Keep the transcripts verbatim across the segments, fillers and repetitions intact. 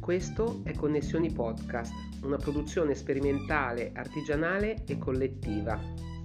Questo è Connessioni Podcast, una produzione sperimentale, artigianale e collettiva.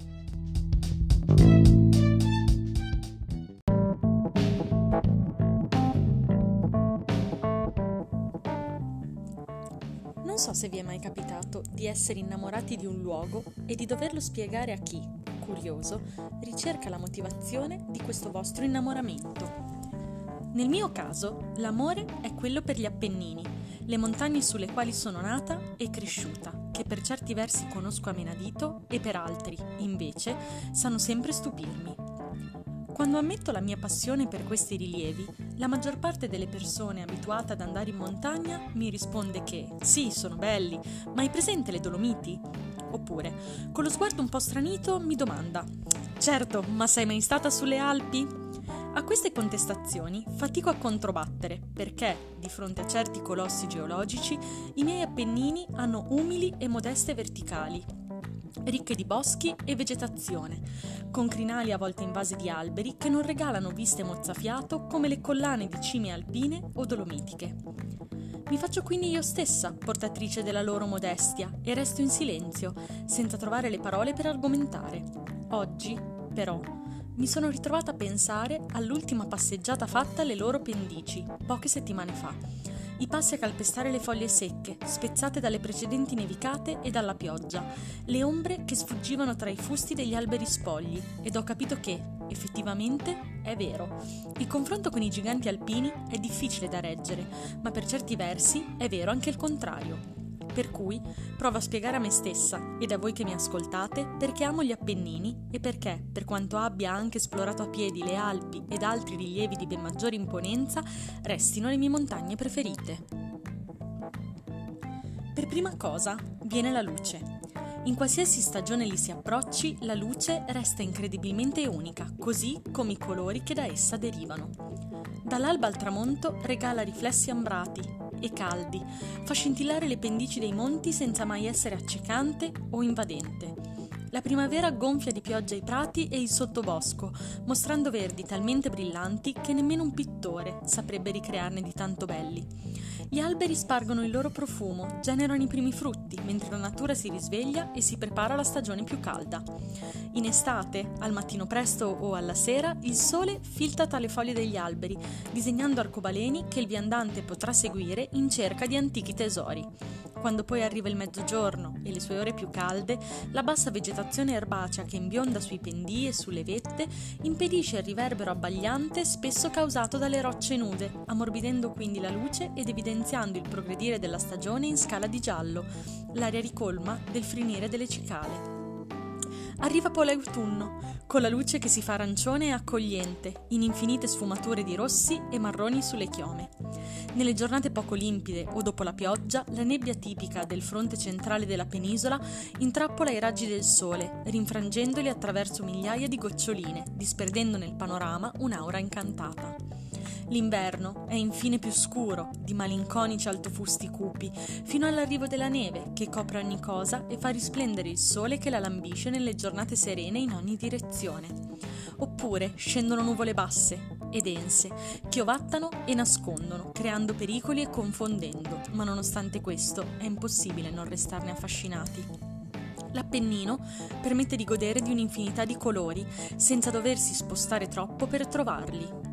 Non so se vi è mai capitato di essere innamorati di un luogo e di doverlo spiegare a chi, curioso, ricerca la motivazione di questo vostro innamoramento. Nel mio caso, l'amore è quello per gli Appennini, le montagne sulle quali sono nata e cresciuta, che per certi versi conosco a menadito e per altri, invece, sanno sempre stupirmi. Quando ammetto la mia passione per questi rilievi, la maggior parte delle persone abituate ad andare in montagna mi risponde che sì, sono belli, ma hai presente le Dolomiti? Oppure, con lo sguardo un po' stranito, mi domanda: certo, ma sei mai stata sulle Alpi? A queste contestazioni fatico a controbattere perché, di fronte a certi colossi geologici, i miei Appennini hanno umili e modeste verticali, ricche di boschi e vegetazione, con crinali a volte invasi di alberi che non regalano viste mozzafiato come le collane di cime alpine o dolomitiche. Mi faccio quindi io stessa portatrice della loro modestia e resto in silenzio, senza trovare le parole per argomentare. Oggi, però, mi sono ritrovata a pensare all'ultima passeggiata fatta alle loro pendici, poche settimane fa. I passi a calpestare le foglie secche, spezzate dalle precedenti nevicate e dalla pioggia, le ombre che sfuggivano tra i fusti degli alberi spogli, ed ho capito che, effettivamente, è vero. Il confronto con i giganti alpini è difficile da reggere, ma per certi versi è vero anche il contrario. Per cui provo a spiegare a me stessa ed a voi che mi ascoltate perché amo gli Appennini e perché, per quanto abbia anche esplorato a piedi le Alpi ed altri rilievi di ben maggiore imponenza, restino le mie montagne preferite. Per prima cosa viene la luce. In qualsiasi stagione li si approcci, la luce resta incredibilmente unica, così come i colori che da essa derivano. Dall'alba al tramonto regala riflessi ambrati e caldi, fa scintillare le pendici dei monti senza mai essere accecante o invadente. La primavera gonfia di pioggia i prati e il sottobosco, mostrando verdi talmente brillanti che nemmeno un pittore saprebbe ricrearne di tanto belli. Gli alberi spargono il loro profumo, generano i primi frutti, mentre la natura si risveglia e si prepara alla stagione più calda. In estate, al mattino presto o alla sera, il sole filtra tra le foglie degli alberi, disegnando arcobaleni che il viandante potrà seguire in cerca di antichi tesori. Quando poi arriva il mezzogiorno e le sue ore più calde, la bassa vegetazione erbacea che imbionda sui pendii e sulle vette impedisce il riverbero abbagliante spesso causato dalle rocce nude, ammorbidendo quindi la luce ed evidenziando il progredire della stagione in scala di giallo, l'aria ricolma del frinire delle cicale. Arriva poi l'autunno, con la luce che si fa arancione e accogliente, in infinite sfumature di rossi e marroni sulle chiome. Nelle giornate poco limpide o dopo la pioggia, la nebbia tipica del fronte centrale della penisola intrappola i raggi del sole, rinfrangendoli attraverso migliaia di goccioline, disperdendo nel panorama un'aura incantata. L'inverno è infine più scuro, di malinconici altofusti cupi, fino all'arrivo della neve che copre ogni cosa e fa risplendere il sole che la lambisce nelle giornate serene in ogni direzione. Oppure scendono nuvole basse e dense, che ovattano e nascondono, creando pericoli e confondendo, ma nonostante questo è impossibile non restarne affascinati. L'Appennino permette di godere di un'infinità di colori, senza doversi spostare troppo per trovarli.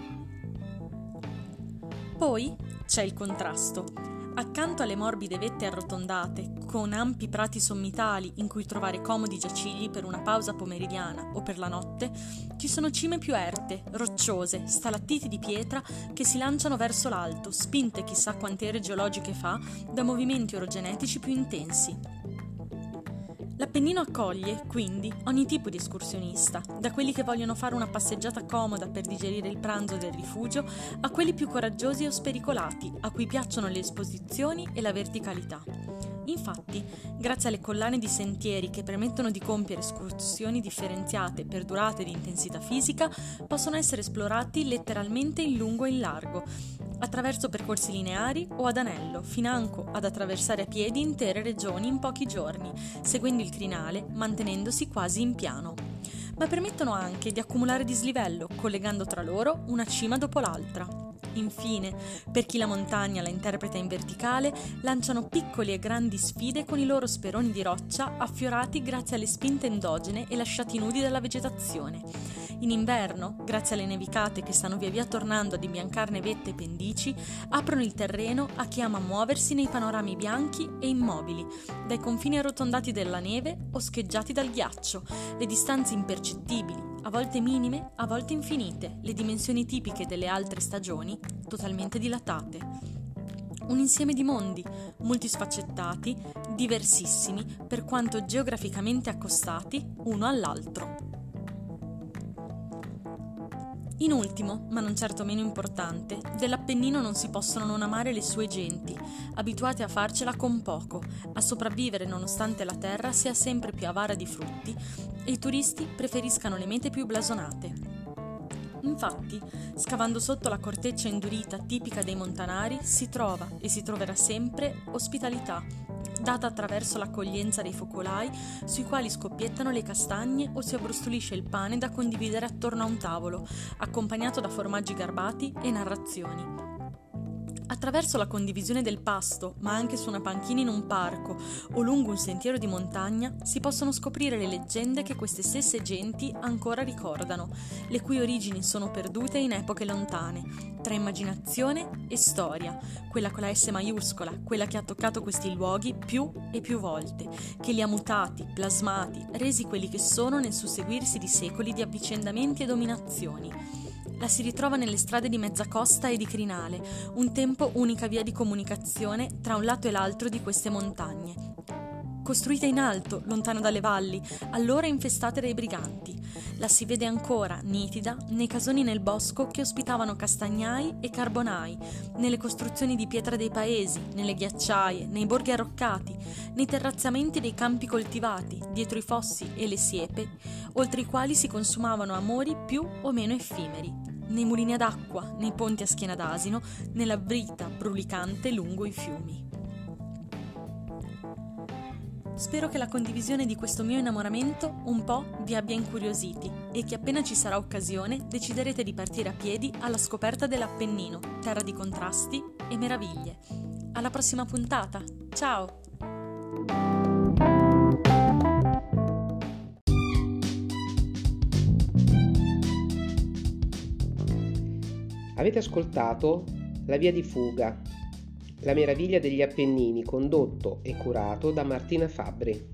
Poi c'è il contrasto. Accanto alle morbide vette arrotondate, con ampi prati sommitali in cui trovare comodi giacigli per una pausa pomeridiana o per la notte, ci sono cime più erte, rocciose, stalattiti di pietra che si lanciano verso l'alto, spinte chissà quante ere geologiche fa da movimenti orogenetici più intensi. L'Appennino accoglie, quindi, ogni tipo di escursionista, da quelli che vogliono fare una passeggiata comoda per digerire il pranzo del rifugio, a quelli più coraggiosi o spericolati, a cui piacciono le esposizioni e la verticalità. Infatti, grazie alle collane di sentieri che permettono di compiere escursioni differenziate per durata ed intensità fisica, possono essere esplorati letteralmente in lungo e in largo, attraverso percorsi lineari o ad anello, financo ad attraversare a piedi intere regioni in pochi giorni, seguendo il crinale, mantenendosi quasi in piano. Ma permettono anche di accumulare dislivello, collegando tra loro una cima dopo l'altra. Infine, per chi la montagna la interpreta in verticale, lanciano piccoli e grandi sfide con i loro speroni di roccia affiorati grazie alle spinte endogene e lasciati nudi dalla vegetazione. In inverno, grazie alle nevicate che stanno via via tornando ad imbiancarne vette e pendici, aprono il terreno a chi ama muoversi nei panorami bianchi e immobili, dai confini arrotondati della neve o scheggiati dal ghiaccio, le distanze impercettibili, a volte minime, a volte infinite, le dimensioni tipiche delle altre stagioni, totalmente dilatate. Un insieme di mondi, multisfaccettati, diversissimi, per quanto geograficamente accostati uno all'altro. In ultimo, ma non certo meno importante, dell'Appennino non si possono non amare le sue genti, abituate a farcela con poco, a sopravvivere nonostante la terra sia sempre più avara di frutti e i turisti preferiscano le mete più blasonate. Infatti, scavando sotto la corteccia indurita tipica dei montanari, si trova e si troverà sempre ospitalità, data attraverso l'accoglienza dei focolai sui quali scoppiettano le castagne o si abbrustolisce il pane da condividere attorno a un tavolo, accompagnato da formaggi garbati e narrazioni. Attraverso la condivisione del pasto, ma anche su una panchina in un parco o lungo un sentiero di montagna, si possono scoprire le leggende che queste stesse genti ancora ricordano, le cui origini sono perdute in epoche lontane, tra immaginazione e storia, quella con la S maiuscola, quella che ha toccato questi luoghi più e più volte, che li ha mutati, plasmati, resi quelli che sono nel susseguirsi di secoli di avvicendamenti e dominazioni. La si ritrova nelle strade di Mezzacosta e di Crinale, un tempo unica via di comunicazione tra un lato e l'altro di queste montagne. Costruita in alto, lontano dalle valli, allora infestate dai briganti. La si vede ancora, nitida, nei casoni nel bosco che ospitavano castagnai e carbonai, nelle costruzioni di pietra dei paesi, nelle ghiacciaie, nei borghi arroccati, nei terrazzamenti dei campi coltivati, dietro i fossi e le siepe, oltre i quali si consumavano amori più o meno effimeri, nei mulini ad acqua, nei ponti a schiena d'asino, nella vita brulicante lungo i fiumi. Spero che la condivisione di questo mio innamoramento un po' vi abbia incuriositi e che appena ci sarà occasione deciderete di partire a piedi alla scoperta dell'Appennino, terra di contrasti e meraviglie. Alla prossima puntata, ciao! Avete ascoltato La via di fuga, la meraviglia degli Appennini, condotto e curato da Martina Fabbri.